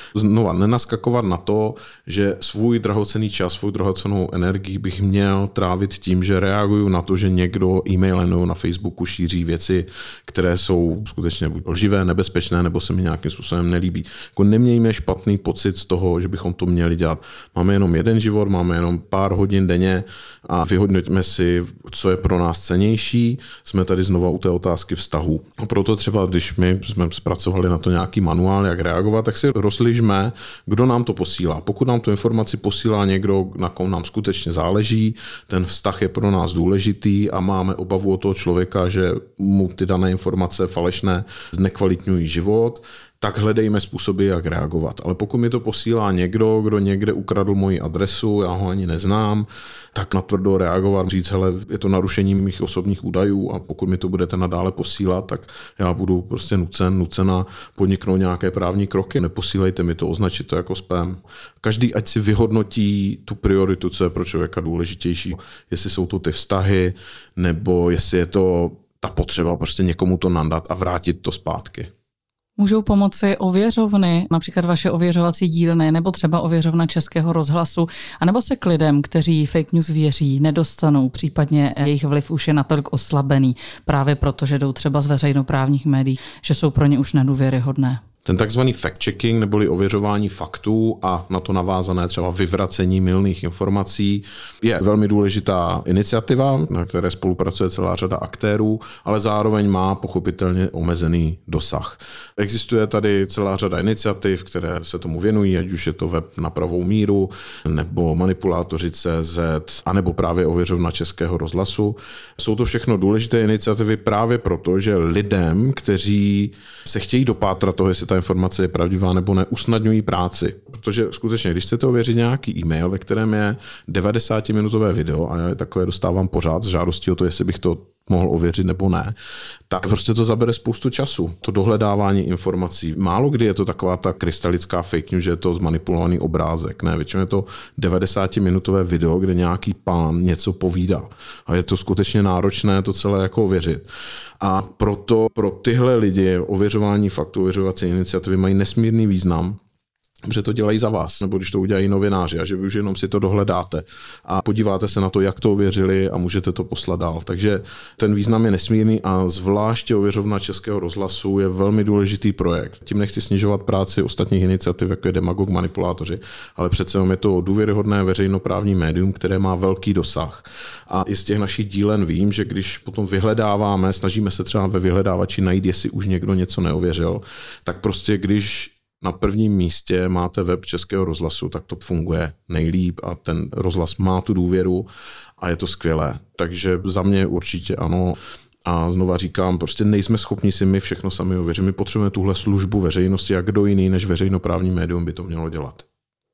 znova nenaskakovat na to, že svůj drahocenný čas, svou drahocennou energii bych měl trávit tím, že reaguju na to, že někdo e-mailem nebo na Facebooku šíří věci, které jsou skutečně buď lživé, nebezpečné, nebo se mi nějakým způsobem nelíbí. Jako nemějme špatný pocit z toho, že bychom to měli dělat. Máme jenom jeden život, máme jenom pár hodin denně a vyhodnoťme si, co je pro nás cennější. Jsme tady znova u té otázky vztahu. A proto třeba, když my jsme zpracovali na to nějaký manuál, jak reagovat, tak si rozlišme, kdo nám to posílá. Pokud nám tu informaci posílá někdo, na kom nám skutečně záleží, ten vztah je pro nás důležitý a máme obavu o toho člověka, že mu ty dané informace falešné znekvalitňují život, tak hledejme způsoby, jak reagovat. Ale pokud mi to posílá někdo, kdo někde ukradl moji adresu, já ho ani neznám, tak natvrdo reagovat, říct, hele, je to narušení mých osobních údajů a pokud mi to budete nadále posílat, tak já budu prostě nucena podniknout nějaké právní kroky. Neposílejte mi to, označit to jako spam. Každý ať si vyhodnotí tu prioritu, co je pro člověka důležitější. Jestli jsou to ty vztahy, nebo jestli je to ta potřeba prostě někomu to nadat a vrátit to zpátky. Můžou pomoci ověřovny, například vaše ověřovací dílny, nebo třeba ověřovna Českého rozhlasu, anebo se k lidem, kteří fake news věří, nedostanou, případně jejich vliv už je natolik oslabený, právě proto, že jdou třeba z veřejnoprávních médií, že jsou pro ně už nedůvěryhodné. Ten takzvaný fact-checking neboli ověřování faktů a na to navázané třeba vyvracení mylných informací je velmi důležitá iniciativa, na které spolupracuje celá řada aktérů, ale zároveň má pochopitelně omezený dosah. Existuje tady celá řada iniciativ, které se tomu věnují, ať už je to web Na pravou míru, nebo manipulátoři.cz, anebo právě ověřovna Českého rozhlasu. Jsou to všechno důležité iniciativy právě proto, že lidem, kteří se chtějí dopátrat toho, jestli ta informace je pravdivá nebo ne, usnadňují práci. Protože skutečně, když chcete ověřit nějaký e-mail, ve kterém je 90-minutové video, a já takové dostávám pořád s žádostí o to, jestli bych to mohl ověřit nebo ne, tak prostě to zabere spoustu času. To dohledávání informací. Málo kdy je to taková ta krystalická fake news, že je to zmanipulovaný obrázek. Ne, většinou je to 90-minutové video, kde nějaký pán něco povídá. A je to skutečně náročné to celé jako ověřit. A proto pro tyhle lidi ověřování faktů, ověřovací iniciativy mají nesmírný význam, že to dělají za vás, nebo když to udělají novináři a že vy už jenom si to dohledáte a podíváte se na to, jak to ověřili a můžete to poslat dál. Takže ten význam je nesmírný a zvláště ověřovna Českého rozhlasu je velmi důležitý projekt. Tím nechci snižovat práci ostatních iniciativ, jako je Demagog, Manipulátoři, ale přece je to důvěryhodné veřejnoprávní médium, které má velký dosah. A i z těch našich dílen vím, že když potom vyhledáváme, snažíme se třeba ve vyhledávači najít, jestli už někdo něco neověřil, tak prostě když na prvním místě máte web Českého rozhlasu, tak to funguje nejlíp a ten rozhlas má tu důvěru a je to skvělé. Takže za mě určitě ano. A znova říkám, prostě nejsme schopni si my všechno sami ověřit. My potřebujeme tuhle službu veřejnosti a kdo jiný než veřejnoprávní médium by to mělo dělat.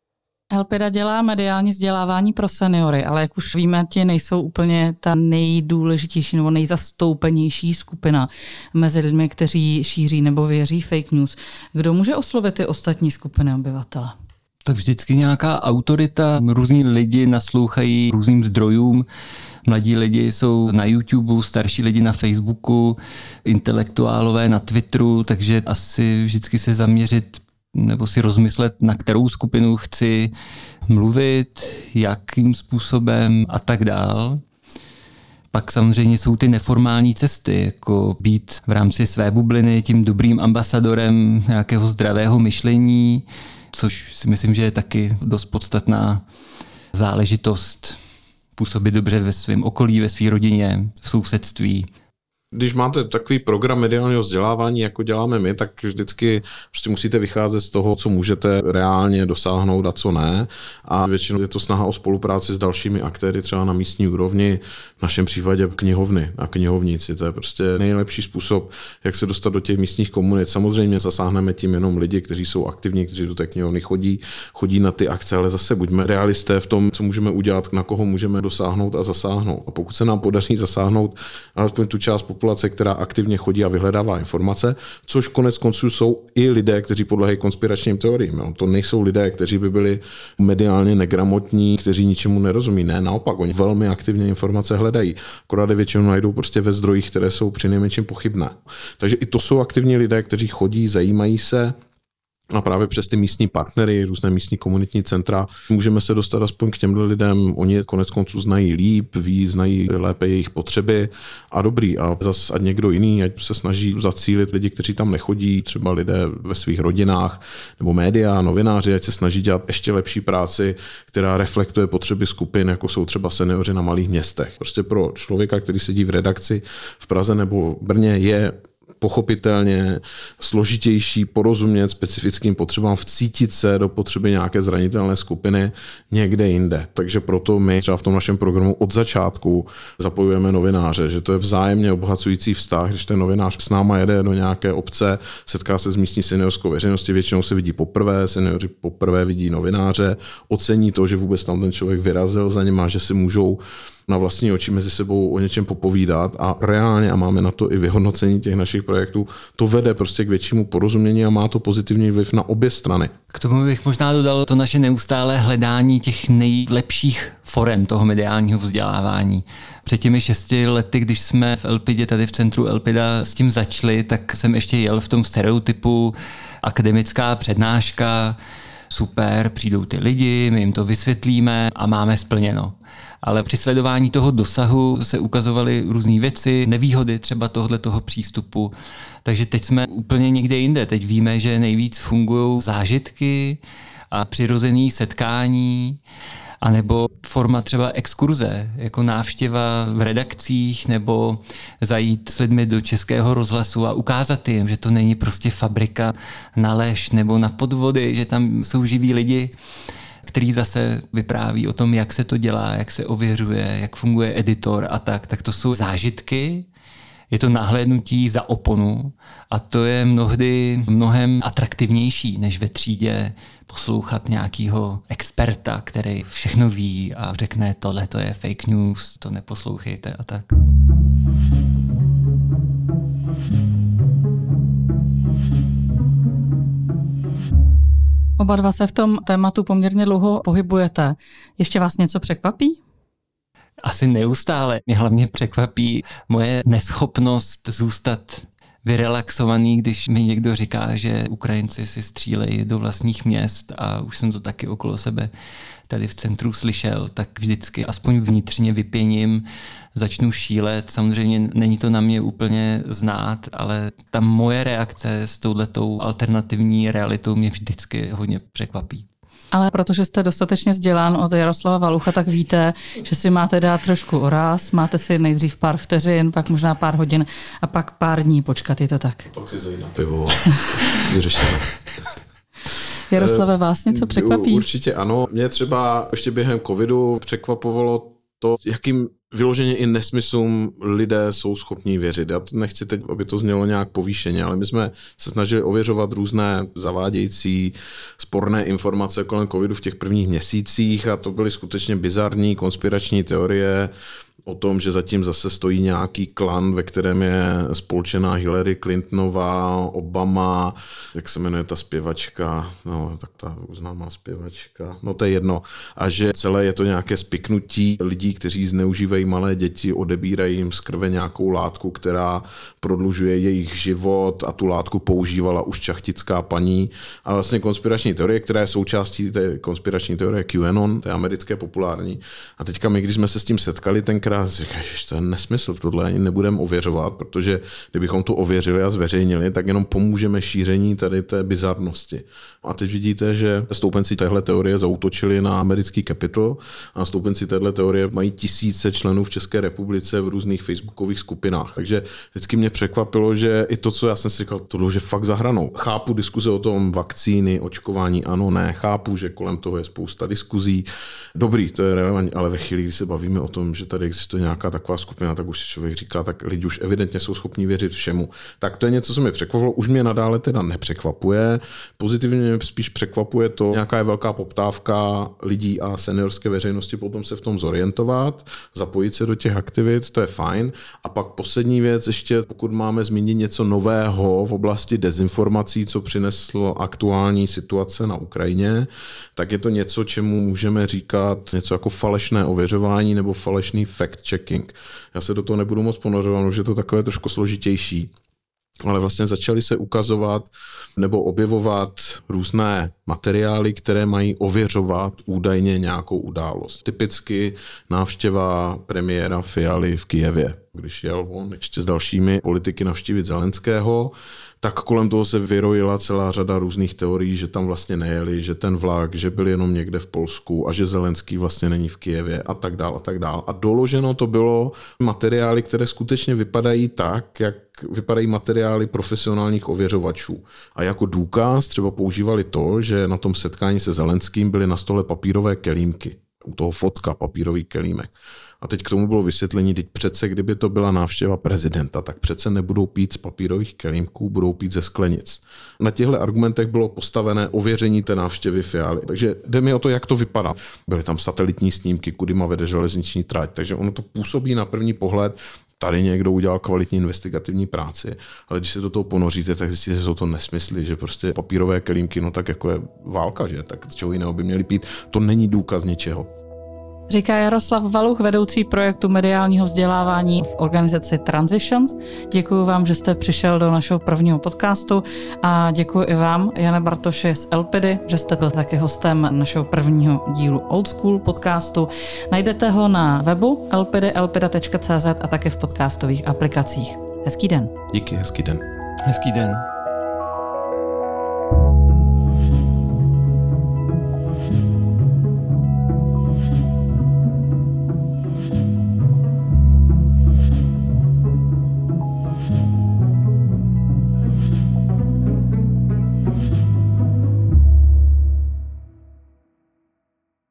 Elpida dělá mediální vzdělávání pro seniory, ale jak už víme, ti nejsou úplně ta nejdůležitější nebo nejzastoupenější skupina mezi lidmi, kteří šíří nebo věří fake news. Kdo může oslovit ty ostatní skupiny obyvatel? Tak vždycky nějaká autorita, různí lidi naslouchají různým zdrojům. Mladí lidi jsou na YouTube, starší lidi na Facebooku, intelektuálové na Twitteru, takže asi vždycky se zaměřit nebo si rozmyslet, na kterou skupinu chci mluvit, jakým způsobem a tak dál. Pak samozřejmě jsou ty neformální cesty, jako být v rámci své bubliny tím dobrým ambasadorem nějakého zdravého myšlení, což si myslím, že je taky dost podstatná záležitost. Působit dobře ve svém okolí, ve své rodině, v sousedství. Když máte takový program mediálního vzdělávání, jako děláme my, tak vždycky prostě musíte vycházet z toho, co můžete reálně dosáhnout a co ne. A většinou je to snaha o spolupráci s dalšími aktéry, třeba na místní úrovni, v našem případě knihovny a knihovníci. To je prostě nejlepší způsob, jak se dostat do těch místních komunit. Samozřejmě zasáhneme tím jenom lidi, kteří jsou aktivní, kteří do té knihovny chodí na ty akce, ale zase buďme realisté v tom, co můžeme udělat, na koho můžeme dosáhnout a zasáhnout. A pokud se nám podaří zasáhnout alespoň tu část populace, která aktivně chodí a vyhledává informace, což konec konců jsou i lidé, kteří podléhají konspiračním teoriím. Jo. To nejsou lidé, kteří by byli mediálně negramotní, kteří ničemu nerozumí. Ne, naopak, oni velmi aktivně informace hledají. Akorát většinou najdou prostě ve zdrojích, které jsou přinejmenším pochybné. Takže i to jsou aktivní lidé, kteří chodí, zajímají se. A právě přes ty místní partnery, různé místní komunitní centra, můžeme se dostat aspoň k těmhle lidem. Oni je konec konců znají líp, znají lépe jejich potřeby a dobrý. A zase ať někdo jiný, ať se snaží zacílit lidi, kteří tam nechodí, třeba lidé ve svých rodinách nebo média, novináři, ať se snaží dělat ještě lepší práci, která reflektuje potřeby skupin, jako jsou třeba seniori na malých městech. Prostě pro člověka, který sedí v redakci v Praze nebo Brně, je pochopitelně složitější porozumět specifickým potřebám, vcítit se do potřeby nějaké zranitelné skupiny někde jinde. Takže proto my třeba v tom našem programu od začátku zapojujeme novináře, že to je vzájemně obohacující vztah, když ten novinář s náma jede do nějaké obce, setká se s místní seniorskou veřejností, většinou se vidí poprvé, seniori poprvé vidí novináře, ocení to, že vůbec tam ten člověk vyrazil za ním a že si můžou na vlastní oči mezi sebou o něčem popovídat a reálně, a máme na to i vyhodnocení těch našich projektů, to vede prostě k většímu porozumění a má to pozitivní vliv na obě strany. K tomu bych možná dodal to naše neustálé hledání těch nejlepších forem toho mediálního vzdělávání. Před těmi 6 lety, když jsme v Elpidě, tady v centru Elpida s tím začali, tak jsem ještě jel v tom stereotypu akademická přednáška, super, přijdou ty lidi, my jim to vysvětlíme a máme splněno. Ale při sledování toho dosahu se ukazovaly různé věci, nevýhody třeba tohoto přístupu. Takže teď jsme úplně někde jinde. Teď víme, že nejvíc fungují zážitky a přirozené setkání, anebo forma třeba exkurze, jako návštěva v redakcích, nebo zajít s lidmi do Českého rozhlasu a ukázat jim, že to není prostě fabrika na lež nebo na podvody, že tam jsou živí lidi, který zase vypráví o tom, jak se to dělá, jak se ověřuje, jak funguje editor a tak to jsou zážitky, je to nahlédnutí za oponu a to je mnohdy mnohem atraktivnější, než ve třídě poslouchat nějakého experta, který všechno ví a řekne, tohle to je fake news, to neposlouchejte a tak. Oba dva se v tom tématu poměrně dlouho pohybujete. Ještě vás něco překvapí? Asi neustále. Mě hlavně překvapí moje neschopnost zůstat vyrelaxovaný, když mi někdo říká, že Ukrajinci si střílejí do vlastních měst a už jsem to taky okolo sebe tady v centru slyšel, tak vždycky aspoň vnitřně vypěním, začnu šílet. Samozřejmě není to na mě úplně znát, ale ta moje reakce s touhletou alternativní realitou mě vždycky hodně překvapí. Ale protože jste dostatečně vzdělán od Jaroslava Valucha, tak víte, že si máte dát trošku oráz, máte si nejdřív pár vteřin, pak možná pár hodin a pak pár dní počkat, je to tak? Pak si zajít na pivo a vyřešíme. Jaroslave, vás něco překvapí? Určitě ano. Mě třeba ještě během covidu překvapovalo to, jakým vyloženě i nesmyslům lidé jsou schopní věřit. Já nechci teď, aby to znělo nějak povýšeně, ale my jsme se snažili ověřovat různé zavádějící sporné informace kolem covidu v těch prvních měsících a to byly skutečně bizarní konspirační teorie o tom, že zatím zase stojí nějaký klan, ve kterém je spolčená Hillary Clintonová, Obama, jak se jmenuje ta zpěvačka, no tak ta známá zpěvačka, no to je jedno. A že celé je to nějaké spiknutí lidí, kteří zneužívají malé děti, odebírají jim z krve nějakou látku, která prodlužuje jejich život a tu látku používala už šachtická paní. A vlastně konspirační teorie, která je součástí té konspirační teorie QAnon, té americké populární. A teďka my, když jsme se s tím setkali tenkrát, říkali, že to je nesmysl, tohle ani nebudeme ověřovat, protože kdybychom to ověřili a zveřejnili, tak jenom pomůžeme šíření tady té bizarnosti. A teď vidíte, že stoupenci téhle teorie zaútočili na americký Capitol a stoupenci téhle teorie mají tisíce členů v České republice v různých facebookových skupinách. Takže vždycky mě překvapilo, že i to, co já jsem si říkal, to už je fakt za hranou. Chápu diskuze o tom vakcíny, očkování, ano, ne, chápu, že kolem toho je spousta diskuzí. Dobrý, to je relevantní, ale ve chvíli, kdy se bavíme o tom, že tady existuje nějaká taková skupina, tak už si člověk říká, tak lidi už evidentně jsou schopní věřit všemu. Tak to je něco, co mě překvapilo, už mě nadále teda nepřekvapuje. Pozitivně mě spíš překvapuje to, nějaká je velká poptávka lidí a seniorské veřejnosti potom se v tom zorientovat, zapojit se do těch aktivit, to je fajn. A pak poslední věc ještě, pokud máme zmínit něco nového v oblasti dezinformací, co přineslo aktuální situace na Ukrajině, tak je to něco, čemu můžeme říkat něco jako falešné ověřování nebo falešný fact-checking. Já se do toho nebudu moc ponořovat, že je to takové trošku složitější. ale vlastně začaly se ukazovat nebo objevovat různé materiály, které mají ověřovat údajně nějakou událost. Typicky návštěva premiéra Fialy v Kyjevě, když jel on ještě s dalšími politiky navštívit Zelenského, tak kolem toho se vyrojila celá řada různých teorií, že tam vlastně nejeli, že ten vlak, že byl jenom někde v Polsku a že Zelenský vlastně není v Kyjevě a tak dál a tak dál. A doloženo to bylo materiály, které skutečně vypadají tak, jak vypadají materiály profesionálních ověřovačů. A jako důkaz třeba používali to, že na tom setkání se Zelenským byly na stole papírové kelímky. U toho fotka papírový kelímek. A teď k tomu bylo vysvětlení, teď přece, kdyby to byla návštěva prezidenta, tak přece nebudou pít z papírových kelímků, budou pít ze sklenic. Na těchto argumentech bylo postavené ověření té návštěvy Fialy. Takže jde mi o to, jak to vypadá. Byly tam satelitní snímky, kudyma vede železniční trať, takže ono to působí na první pohled, tady někdo udělal kvalitní investigativní práci, ale když se do toho ponoříte, tak zjistíte, že jsou to nesmysly, že prostě papírové kelímky, no tak jako je válka, že? Tak čeho jiného by měli pít, to není důkaz ničeho. Říká Jaroslav Valuch, vedoucí projektu mediálního vzdělávání v organizaci Transitions. Děkuji vám, že jste přišel do našeho prvního podcastu a děkuji i vám, Jane Bartoši z Elpidy, že jste byl taky hostem našeho prvního dílu Old School podcastu. Najdete ho na webu elpidy, elpida.cz a také v podcastových aplikacích. Hezký den. Díky, hezký den. Hezký den.